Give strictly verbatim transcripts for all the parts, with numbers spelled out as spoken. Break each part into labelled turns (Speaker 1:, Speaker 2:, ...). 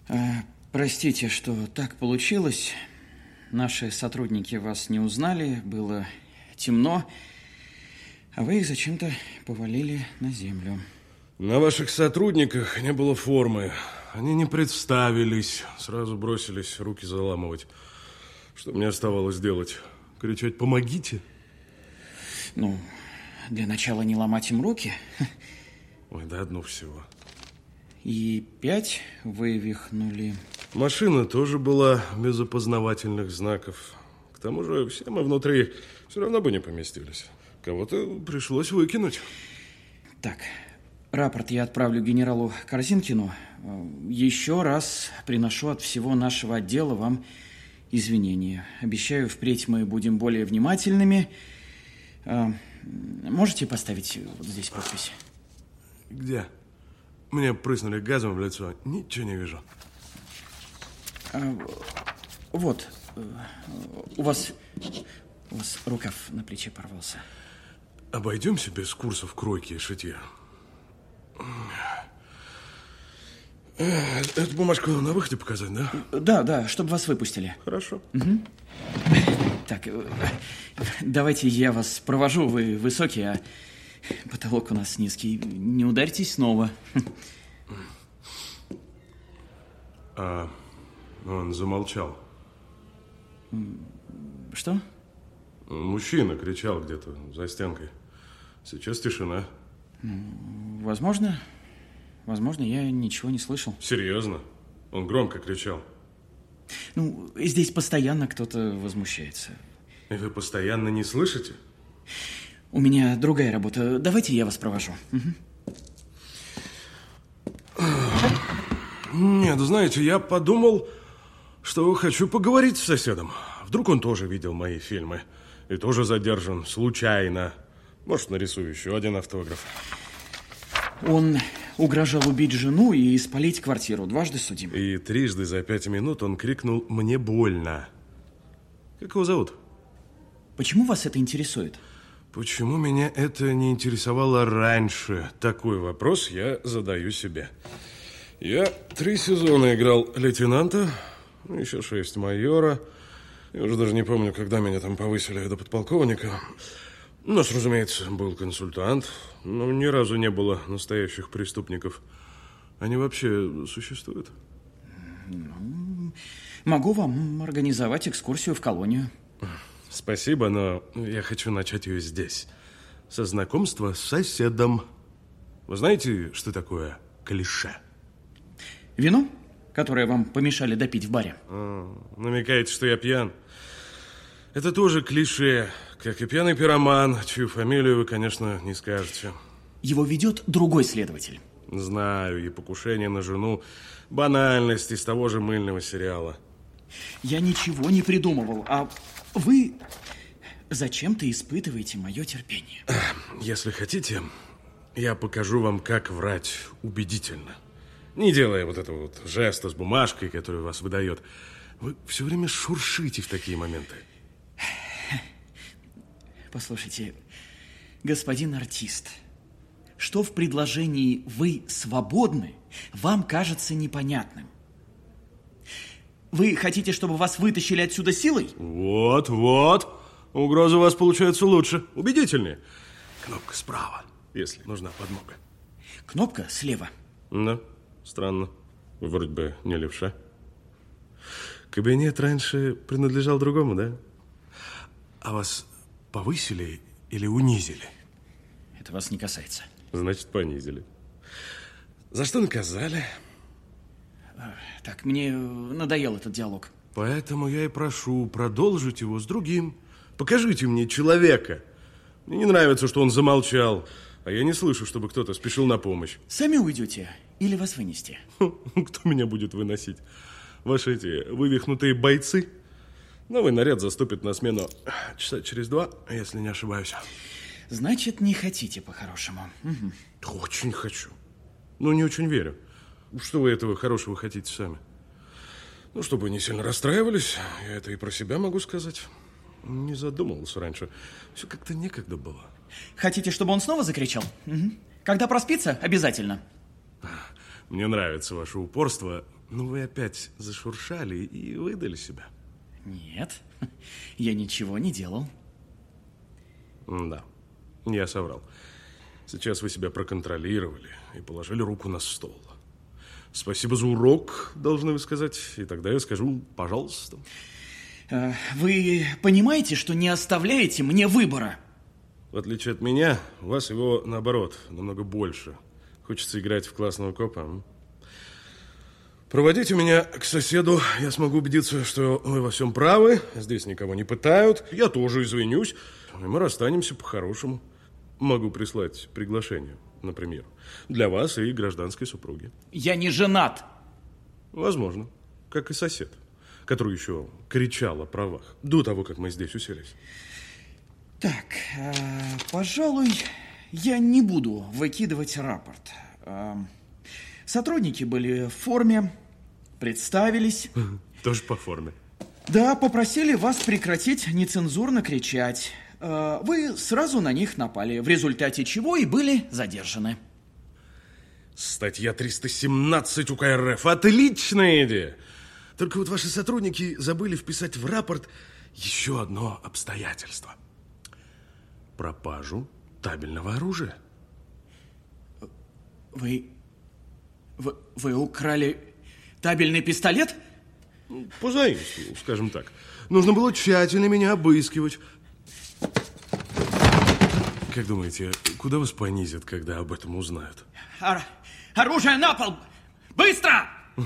Speaker 1: А, простите, что так получилось. Наши сотрудники вас не узнали, было темно, а вы их зачем-то повалили на землю.
Speaker 2: На ваших сотрудниках не было формы. Они не представились, сразу бросились руки заламывать. Что мне оставалось делать? Кричать «помогите»?
Speaker 1: Ну, для начала не ломать им руки.
Speaker 2: Ой, да одно всего.
Speaker 1: И пять вывихнули.
Speaker 2: Машина тоже была без опознавательных знаков. К тому же все мы внутри все равно бы не поместились. Кого-то пришлось выкинуть.
Speaker 1: Так, рапорт я отправлю генералу Корзинкину. Еще раз приношу от всего нашего отдела вам извинения. Обещаю, впредь мы будем более внимательными. Можете поставить вот здесь подпись?
Speaker 2: Где? Мне прыснули газом в лицо. Ничего не вижу.
Speaker 1: А, вот. У вас, у вас рукав на плече порвался.
Speaker 2: Обойдемся без курсов кройки и шитья. Эту бумажку на выходе показать, да?
Speaker 1: Да, да, чтобы вас выпустили.
Speaker 2: Хорошо.
Speaker 1: Угу. Так, давайте я вас провожу. Вы высокий, а потолок у нас низкий. Не ударьтесь снова.
Speaker 2: А он замолчал.
Speaker 1: Что?
Speaker 2: Мужчина кричал где-то за стенкой. Сейчас тишина.
Speaker 1: Возможно, возможно, я ничего не слышал.
Speaker 2: Серьезно? Он громко кричал.
Speaker 1: Ну, здесь постоянно кто-то возмущается.
Speaker 2: И вы постоянно не слышите?
Speaker 1: У меня другая работа. Давайте я вас провожу. Угу.
Speaker 2: Нет, знаете, я подумал, что хочу поговорить с соседом. Вдруг он тоже видел мои фильмы и тоже задержан случайно. Может, нарисую еще один автограф.
Speaker 1: Он угрожал убить жену и спалить квартиру. Дважды судим.
Speaker 2: И трижды за пять минут он крикнул «мне больно». Как его зовут?
Speaker 1: Почему вас это интересует?
Speaker 2: Почему меня это не интересовало раньше? Такой вопрос я задаю себе. Я три сезона играл лейтенанта, еще шесть майора. Я уже даже не помню, когда меня там повысили до подполковника. У нас, разумеется, был консультант, но ни разу не было настоящих преступников. Они вообще существуют?
Speaker 1: Ну, могу вам организовать экскурсию в колонию.
Speaker 2: Спасибо, но я хочу начать ее здесь. Со знакомства с соседом. Вы знаете, что такое клише?
Speaker 1: Вино, которое вам помешали допить в баре.
Speaker 2: А, намекаете, что я пьян? Это тоже клише, как и пьяный пироман, чью фамилию вы, конечно, не скажете.
Speaker 1: Его ведет другой следователь.
Speaker 2: Знаю, и покушение на жену – банальность из того же мыльного сериала.
Speaker 1: Я ничего не придумывал, а вы зачем-то испытываете мое терпение.
Speaker 2: Если хотите, я покажу вам, как врать убедительно. Не делая вот этого вот жеста с бумажкой, который вас выдает. Вы все время шуршите в такие моменты.
Speaker 1: Послушайте, господин артист, что в предложении «вы свободны» вам кажется непонятным? Вы хотите, чтобы вас вытащили отсюда силой?
Speaker 2: Вот, вот. Угроза у вас получается лучше, убедительнее. Кнопка справа, если нужна подмога.
Speaker 1: Кнопка слева.
Speaker 2: Да, странно. Вы вроде бы не левша. Кабинет раньше принадлежал другому, да? А вас повысили или унизили?
Speaker 1: Это вас не касается.
Speaker 2: Значит, понизили. За что наказали?
Speaker 1: Так, мне надоел этот диалог.
Speaker 2: Поэтому я и прошу продолжить его с другим. Покажите мне человека. Мне не нравится, что он замолчал, а я не слышу, чтобы кто-то спешил на помощь.
Speaker 1: Сами уйдете или вас вынести?
Speaker 2: Кто меня будет выносить? Ваши эти вывихнутые бойцы? Новый наряд заступит на смену часа через два, если не ошибаюсь.
Speaker 1: Значит, не хотите по-хорошему? Угу.
Speaker 2: Очень хочу. Но не очень верю. Что вы этого хорошего хотите сами? Ну, чтобы не сильно расстраивались, я это и про себя могу сказать. Не задумывался раньше. Все как-то некогда было.
Speaker 1: Хотите, чтобы он снова закричал? Угу. Когда проспится, обязательно.
Speaker 2: Мне нравится ваше упорство, Ну, вы опять зашуршали и выдали себя.
Speaker 1: Нет, я ничего не делал.
Speaker 2: Да, я соврал. Сейчас вы себя проконтролировали и положили руку на стол. Спасибо за урок, должны вы сказать. И тогда я скажу, пожалуйста.
Speaker 1: Вы понимаете, что не оставляете мне выбора?
Speaker 2: В отличие от меня, у вас его, наоборот, намного больше. Хочется играть в классного копа. Проводите меня к соседу, я смогу убедиться, что вы во всем правы. Здесь никого не пытают. Я тоже извинюсь, и мы расстанемся по-хорошему. Могу прислать приглашение, например, для вас и гражданской супруги.
Speaker 1: Я не женат.
Speaker 2: Возможно, как и сосед, который еще кричал о правах до того, как мы здесь уселись.
Speaker 1: Так, э, пожалуй, я не буду выкидывать рапорт. Э, сотрудники были в форме, представились.
Speaker 2: Тоже по форме.
Speaker 1: Да, попросили вас прекратить нецензурно кричать. Э, вы сразу на них напали, в результате чего и были задержаны.
Speaker 2: Статья триста семнадцать УК РФ. Отличная идея. Только вот ваши сотрудники забыли вписать в рапорт еще одно обстоятельство. Пропажу табельного оружия.
Speaker 1: Вы... Вы, вы украли табельный пистолет?
Speaker 2: По заимству, скажем так. Нужно было тщательно меня обыскивать. Как думаете, куда вас понизят, когда об этом узнают?
Speaker 1: Ор... Оружие на пол! Быстро!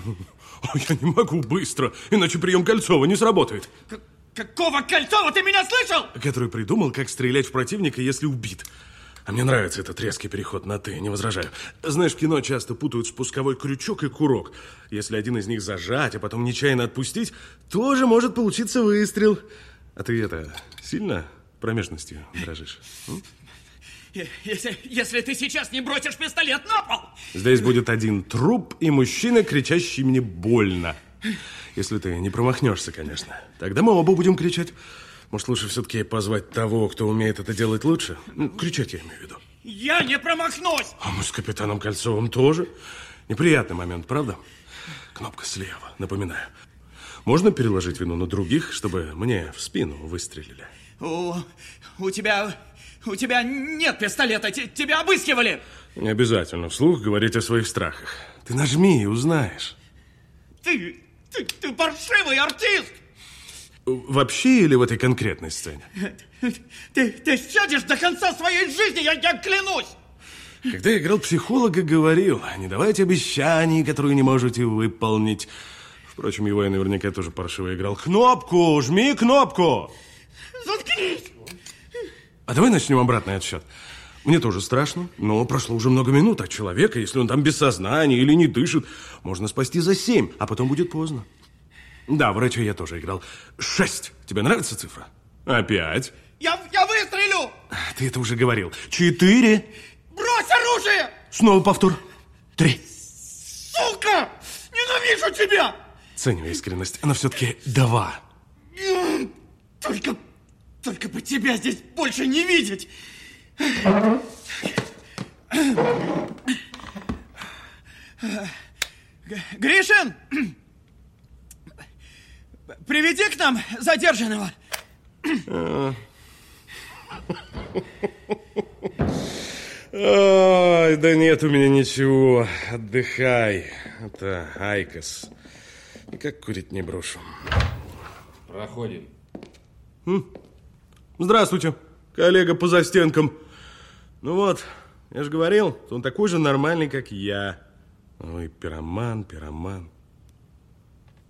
Speaker 2: Я не могу быстро, иначе прием Кольцова не сработает.
Speaker 1: К- какого Кольцова, ты меня слышал?
Speaker 2: Который придумал, как стрелять в противника, если убит. А мне нравится этот резкий переход на «ты», не возражаю. Знаешь, в кино часто путают спусковой крючок и курок. Если один из них зажать, а потом нечаянно отпустить, тоже может получиться выстрел. А ты это, сильно промежностью дрожишь? М?
Speaker 1: Если, если ты сейчас не бросишь пистолет на пол...
Speaker 2: Здесь будет один труп и мужчина, кричащий мне больно. Если ты не промахнешься, конечно. Тогда мы оба будем кричать. Может, лучше все-таки позвать того, кто умеет это делать лучше? Ну, кричать я имею в виду.
Speaker 1: Я не промахнусь!
Speaker 2: А мы с капитаном Кольцовым тоже. Неприятный момент, правда? Кнопка слева, напоминаю. Можно переложить вину на других, чтобы мне в спину выстрелили?
Speaker 1: У, у тебя... У тебя нет пистолета, т- тебя обыскивали.
Speaker 2: Не обязательно вслух говорить о своих страхах. Ты нажми и узнаешь.
Speaker 1: Ты, ты, ты паршивый артист.
Speaker 2: Вообще или в этой конкретной сцене?
Speaker 1: Ты, ты сядешь до конца своей жизни, я, я клянусь.
Speaker 2: Когда я играл психолога, говорил, не давайте обещаний, которые не можете выполнить. Впрочем, его я наверняка тоже паршиво играл. Кнопку! Жми кнопку!
Speaker 1: Заткнись!
Speaker 2: А давай начнем обратный отсчет. Мне тоже страшно, но прошло уже много минут, а человека, если он там без сознания или не дышит, можно спасти за семь, а потом будет поздно. Да, врача я тоже играл. Шесть. Тебе нравится цифра? Опять?
Speaker 1: Я, я выстрелю!
Speaker 2: Ты это уже говорил. Четыре.
Speaker 1: Брось оружие!
Speaker 2: Снова повтор. Три.
Speaker 1: Сука! Ненавижу тебя!
Speaker 2: Ценю искренность, но все-таки два.
Speaker 1: Только... Только бы тебя здесь больше не видеть. Гришин! Приведи к нам задержанного.
Speaker 2: Ой, да нет у меня ничего. Отдыхай. Это Айкос. Никак курить не брошу.
Speaker 3: Проходим.
Speaker 2: М? Здравствуйте, коллега по застенкам. Ну вот, я же говорил, он такой же нормальный, как я. Ой, пироман, пироман.